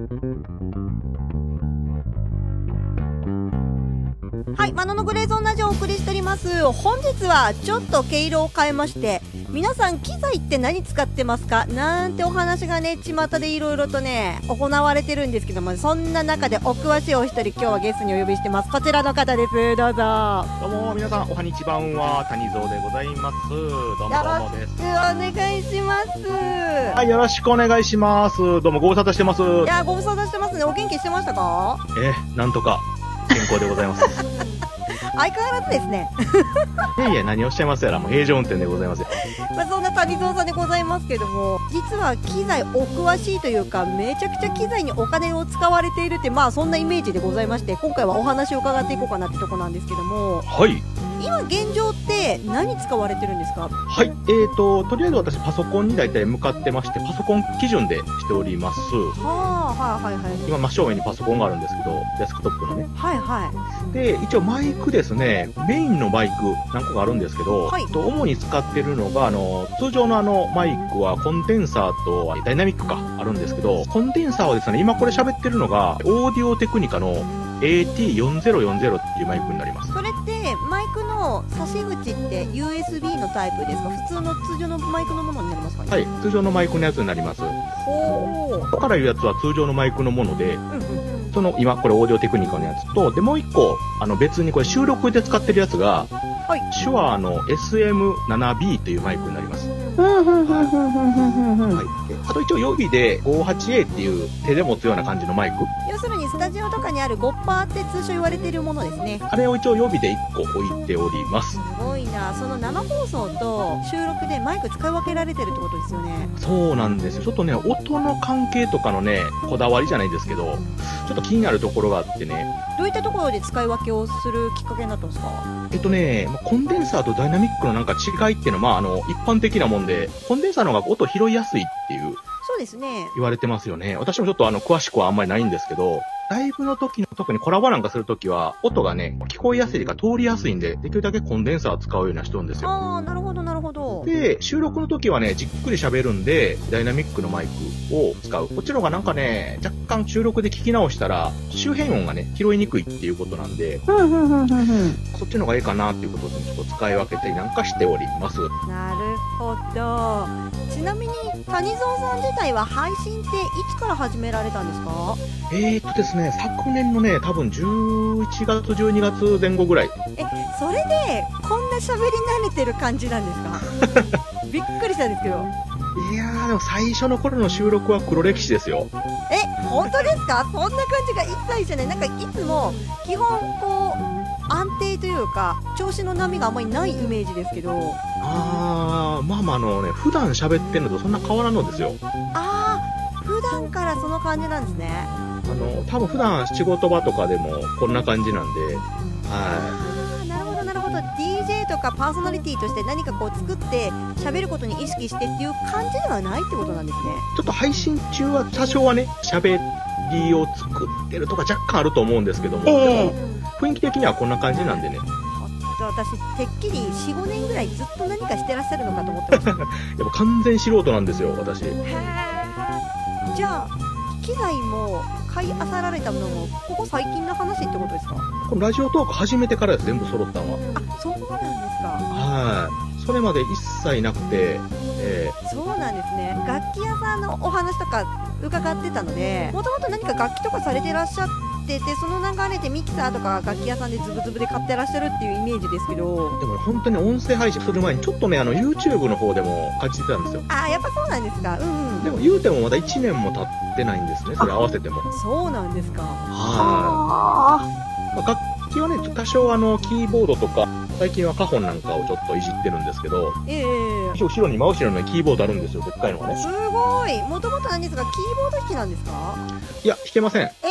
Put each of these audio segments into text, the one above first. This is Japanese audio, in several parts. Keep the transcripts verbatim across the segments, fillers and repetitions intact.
はい、マノのグレーゾーンラジオをお送りしております。本日はちょっと毛色を変えまして、皆さん機材って何使ってますかなんてお話がね、巷でいろいろとね行われてるんですけども、そんな中でお詳しいお一人、今日はゲストにお呼びしてます。こちらの方です。どうぞ。 どうも皆さん、おはにちばんは谷蔵でございます。どうもどうもです。 よろしくお願いします。 はい、よろしくお願いします。どうもご無沙汰してます。 いや、ご無沙汰してますね。お元気してましたか？ え、なんとか健康でございます。 相変わらずですね。 いやいや、何をおっしゃいますやら、もう平常運転でございますよ。 まあそんな谷蔵さんでございますけども、実は機材お詳しいというか、めちゃくちゃ機材にお金を使われているって、まあそんなイメージでございまして、今回はお話を伺っていこうかなってとこなんですけども。 はい。 今現状って何使われてるんですか？ はい、えーと、とりあえず私パソコンに大体向かってまして、パソコン基準でしております。 はあ、はいはいはい。 今真正面にパソコンがあるんですけど、デスクトップのね。 はいはい。 で、一応マイクですね、メインのマイク何個かあるんですけど、 はい、 と主に使ってるのが、あの、通常のあのマイクはコンデンサーとダイナミックかあるんですけど、コンデンサーはですね、今これ喋ってるのが、オーディオテクニカの エーティーよんぜろよんぜろ っていうマイクになります。 それってマイクの差し口って ユーエスビー のタイプですか？普通の通常のマイクのものになりますかね？ はい、通常のマイクのやつになります。 ほー。 ここからいうやつは通常のマイクのもので、 うんうん、 その今これオーディオテクニカのやつと、でもう一個、あの別にこれ収録で使ってるやつが、 はい、 手話の エスエムセブンビー というマイクになります。はい。あと一応予備で ごじゅうはちエー っていう手で持つような感じのマイク。 要するにスタジオとかにある ごパーセント って通称言われているものですね。 あれを一応予備でいっこ置いております。 すごいな。その生放送と収録でマイク使い分けられてるってことですよね。 そうなんですよ。ちょっとね、音の関係とかのね、こだわりじゃないですけど、ちょっと気になるところがあってね。 どういったところで使い分けをするきっかけになったんですか？ えっとね、コンデンサーとダイナミックのなんか違いっていうのは、まあ、あの、一般的なもんで、コンデンサーの方が音拾いやすいっていう。 そうですね。 言われてますよね。私もちょっとあの、詳しくはあんまりないんですけど、ライブの時の、特にコラボなんかするときは、音がね、聞こえやすいか通りやすいんで、できるだけコンデンサーを使うような人なんですよ。 ああ、なるほどなるほど。 で、収録の時はね、じっくり喋るんで、ダイナミックのマイクを使う。こっちの方がなんかね、若干収録で聞き直したら、周辺音がね、拾いにくいっていうことなんで、そっちの方がいいかなっていうことで、ちょっと使い分けたりなんかしております。 なるほど。ちなみに、谷蔵さん自体は配信っていつから始められたんですか？ えーっとですね、昨年のね、多分じゅういちがつ、じゅうにがつぜん後ぐらい。 え、それで、こんな喋り慣れてる感じなんですか？びっくりしたんですけど。 いやー、でも最初の頃の収録は黒歴史ですよ。 え、本当ですか？そんな感じが一切じゃない。なんかいつも、基本こう、安定というか、調子の波があんまりないイメージですけど。 あー、まあまああのね、普段喋ってるのとそんな変わらんのですよ。 あー、普段からその感じなんですね。 あの、多分普段仕事場とかでもこんな感じなんで、 はい。なるほどなるほど。ディージェー とかパーソナリティとして何かこう作って喋ることに意識してっていう感じではないってことなんですね。 ちょっと配信中は多少はね、喋りを作ってるとか若干あると思うんですけども、えー、でも雰囲気的にはこんな感じなんでね。 私てっきり よん、ごねんぐらいずっと何かしてらっしゃるのかと思ってました。やっぱ完全素人なんですよ、私。へー。じゃあ機材も買い漁られたのもここ最近の話ってことですか？ このラジオトーク始めてからです、全部揃ったのは。 あ、そうなんですか。 はい。それまで一切なくて、えー、そうなんですね。楽器屋さんのお話とか伺ってたので、もともと何か楽器とかされてらっしゃってて、その流れでミキサーとか楽器屋さんでズブズブで買ってらっしゃるっていうイメージですけど。 でも本当に音声配信する前にちょっとね、あの YouTube の方でも感じてたんですよ。 ああ、やっぱそうなんですか。うんうん。 でも言うてもまだいちねんも経ってないんですね、それ合わせても。 そうなんですか。 はい。まあ、楽器はね、多少あのキーボードとか、最近はカホンなんかをちょっといじってるんですけど、ええー、後ろに真後ろにキーボードあるんですよ、でっかいのがね。 すごい。もともとなんですが、キーボード弾きなんですか？ いや、弾けません。え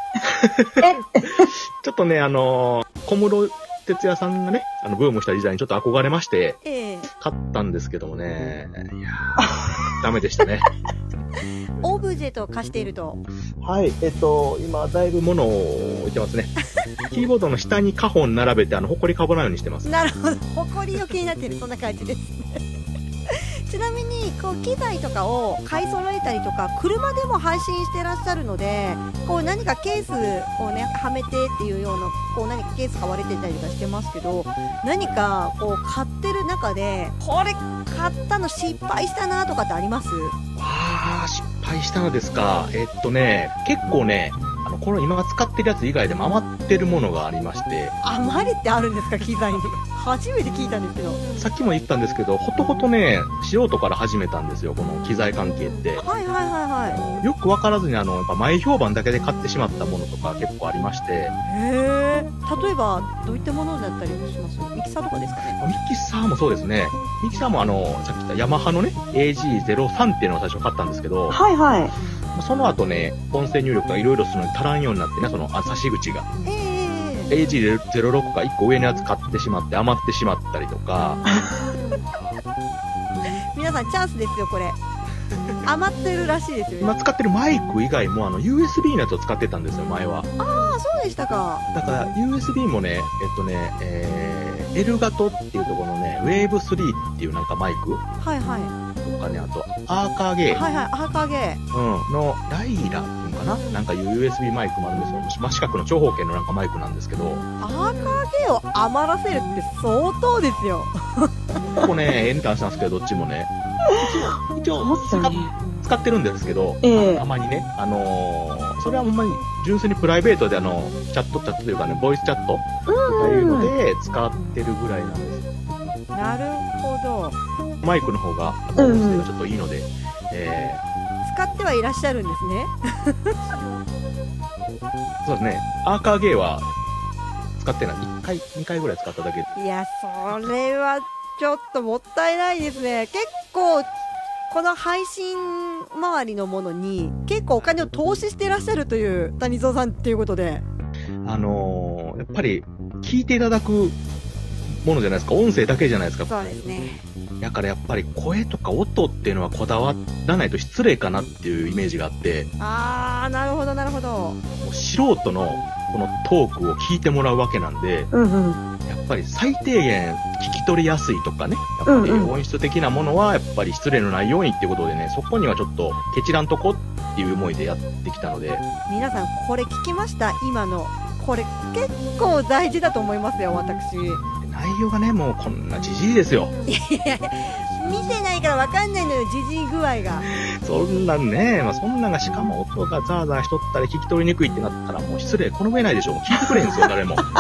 ちょっとね、あのー、小室哲也さんがね、あの、ブームした時代にちょっと憧れまして、ええ、買ったんですけどもね、いやー、ダメでしたね。 オブジェと化していると。 はい、えっと、今、だいぶ物を置いてますね。キーボードの下にカホン並べて、あの、ほこりかぶらないようにしてます。 なるほど。ほこりを気になっている、そんな感じですね。ちなみに、 こう機材とかを買い揃えたりとか車でも配信してらっしゃるので、こう何かケースをねはめてっていうようなこう何かケース買われてたりとかしてますけど、何かこう買ってる中でこれ買ったの失敗したなとかってあります？ ああ、失敗したのですか。えっとね、結構ね、あの、この今使ってるやつ以外でも余ってるものがありまして。 余りってあるんですか、機材に。初めて聞いたんですけど。 さっきも言ったんですけど、ほとほとね、素人から始めたんですよ、この機材関係って。 はいはいはいはい。 よくわからずに、あの、やっぱ前評判だけで買ってしまったものとか結構ありまして。へえ。例えば、どういったものだったりします？ミキサーとかですかね？ ミキサーもそうですね。ミキサーもあの、さっき言ったヤマハのね、エージーゼロさん っていうのを最初買ったんですけど。 はいはい。 その後ね、音声入力がいろいろするのに足らんようになってね、その、あ、差し口が。えーエージーゼロろく かいっこ上のやつ買ってしまって余ってしまったりとか。 皆さんチャンスですよ、これ。余ってるらしいですよ。 今使ってるマイク以外もあの ユーエスビー のやつを使ってたんですよ、前は。 ああ、そうでしたか。 だから ユーエスビー もね、えっとね、えー、エルガトっていうところのね、ウェーブスリーっていうなんかマイク。 はいはい。 とかね、あと、アーカーゲー。 はいはい、アーカーゲー。 うん、の、ライラっていうのかななんか ユーエスビー マイクもあるんですよ。真四角の長方形のなんかマイクなんですけど。 アーカーゲーを余らせるって相当ですよ。 ここね、エンターしたんですけど、どっちもね。一応、一応、使ってるんですけど、えー、たまにね、あのー、それはほんまに純粋にプライベートであの、チャットチャットというかね、ボイスチャットというので使ってるぐらいなんです。 なるほど。 マイクの方が、音声がちょっといいので、うん、えー、使ってはいらっしゃるんですね。 そうですね。アーカーゲーは使ってない。いっかい、にかいぐらい使っただけ。 いや、それはちょっともったいないですね。結構、この配信周りのものに結構お金を投資していらっしゃるという谷蔵さんっていうことで。 あのー、やっぱり聞いていただくものじゃないですか。音声だけじゃないですか。 そうですね。 だからやっぱり声とか音っていうのはこだわらないと失礼かなっていうイメージがあって。 あー、なるほどなるほど。もう素人のこのトークを聞いてもらうわけなんで、うんうん、やっぱり最低限聞き取りやすいとかね、やっぱり音質的なものはやっぱり失礼のないようにっていうことでね、そこにはちょっとケチらんとこっていう思いでやってきたので。 皆さんこれ聞きました？今の。これ結構大事だと思いますよ、私。 内容がね、もうこんなじじいですよ。 いやいや、見てないから分かんないのよ、じじい具合が。 そんなんね、まあ、そんなんがしかも音がザーザーしとったり聞き取りにくいってなったらもう失礼この上ないでしょ。聞いてくれんですよ、誰も。ね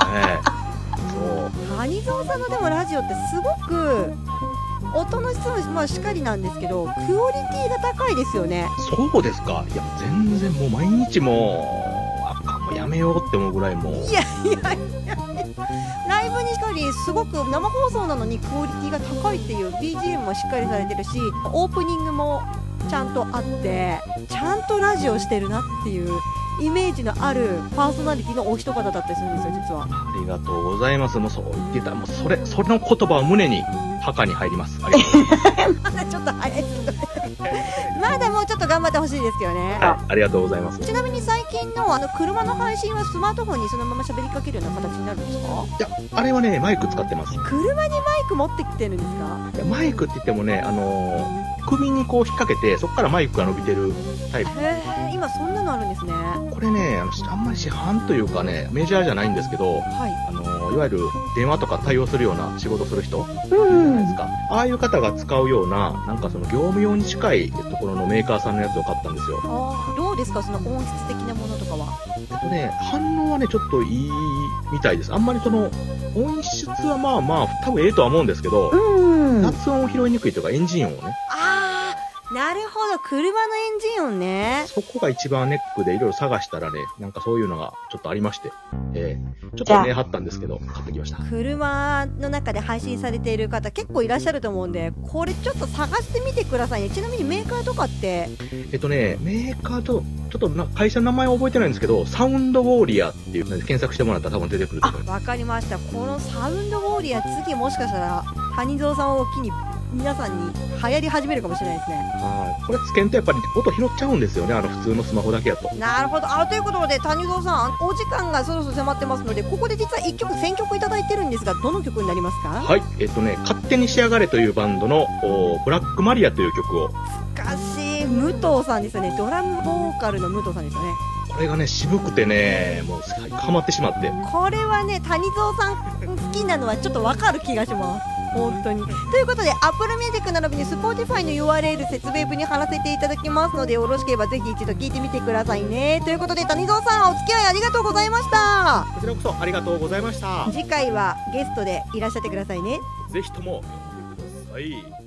そう。谷蔵さんのでもラジオってすごく音の質もまあしっかりなんですけど、クオリティが高いですよね。 そうですか。いや、全然もう毎日もう、やめようって思うぐらいもう。 いやいやいや、ライブにしっかりすごく生放送なのにクオリティが高いっていう ビージーエム もしっかりされてるし、オープニングもちゃんとあってちゃんとラジオしてるなっていうイメージのあるパーソナリティのお一方だったりするんですよ、実は。 ありがとうございます。もうそう言ってたらもうそれそれの言葉を胸に墓に入ります。ありがとうございます。 まだちょっと早いですけどまだもうちょっと頑張ってほしいですけどね。 あ、ありがとうございます。 ちなみに最近のあの車の配信はスマートフォンにそのまま喋りかけるような形になるんですか？ いや、あれはね、マイク使ってます。 車にマイク持ってきてるんですか？ いや、マイクって言ってもね、あのー、首にこう引っ掛けてそこからマイクが伸びてるタイプ。 へー、今そんなのあるんですね。 これね、あのあんまり市販というかね、メジャーじゃないんですけど、はい、あのー、いわゆる電話とか対応するような仕事する人、うん、じゃないですか。ああいう方が使うような、なんかその業務用に近いところのメーカーさんのやつを買ったんですよ。 ああ、どうですか、その音質的なものとかは。 えっとね、反応はね、ちょっといいみたいです。あんまりその、音質はまあまあ、多分ええとは思うんですけど、うん、雑音を拾いにくいというか、エンジン音をね。 ああ、なるほど、車のエンジン音ね。 そこが一番ネックでいろいろ探したらね、なんかそういうのがちょっとありまして、えー、ちょっとね、張ったんですけど、買ってきました。 車の中で配信されている方結構いらっしゃると思うんで、これちょっと探してみてくださいね。ちなみにメーカーとかって？ えっとね、メーカーと、ちょっとな会社の名前は覚えてないんですけど、サウンドウォーリアっていうので検索してもらったら多分出てくると思います。 あ、わかりました。このサウンドウォーリア、次もしかしたら、谷蔵さんを機に皆さんに流行り始めるかもしれないですね。 はい。これつけんとやっぱり音拾っちゃうんですよね、あの普通のスマホだけやと。 なるほど。あ、ということで谷蔵さん、お時間がそろそろ迫ってますので、ここで実はいっきょく選曲いただいてるんですが、どの曲になりますか？ はい。えっとね、勝手に仕上がれというバンドのブラックマリアという曲を。 懐かしい。武藤さんですよね。ドラムボーカルの武藤さんですよね。 これがね、渋くてね、もうハマってしまって。 これはね、谷蔵さん好きなのはちょっとわかる気がします。本当に。ということで、Apple Music 並びに Spotify の ユーアールエル 説明文に貼らせていただきますので、よろしければぜひ一度聞いてみてくださいね。ということで、谷蔵さん、お付き合いありがとうございました。 こちらこそありがとうございました。 次回はゲストでいらっしゃってくださいね。 ぜひとも呼んでください。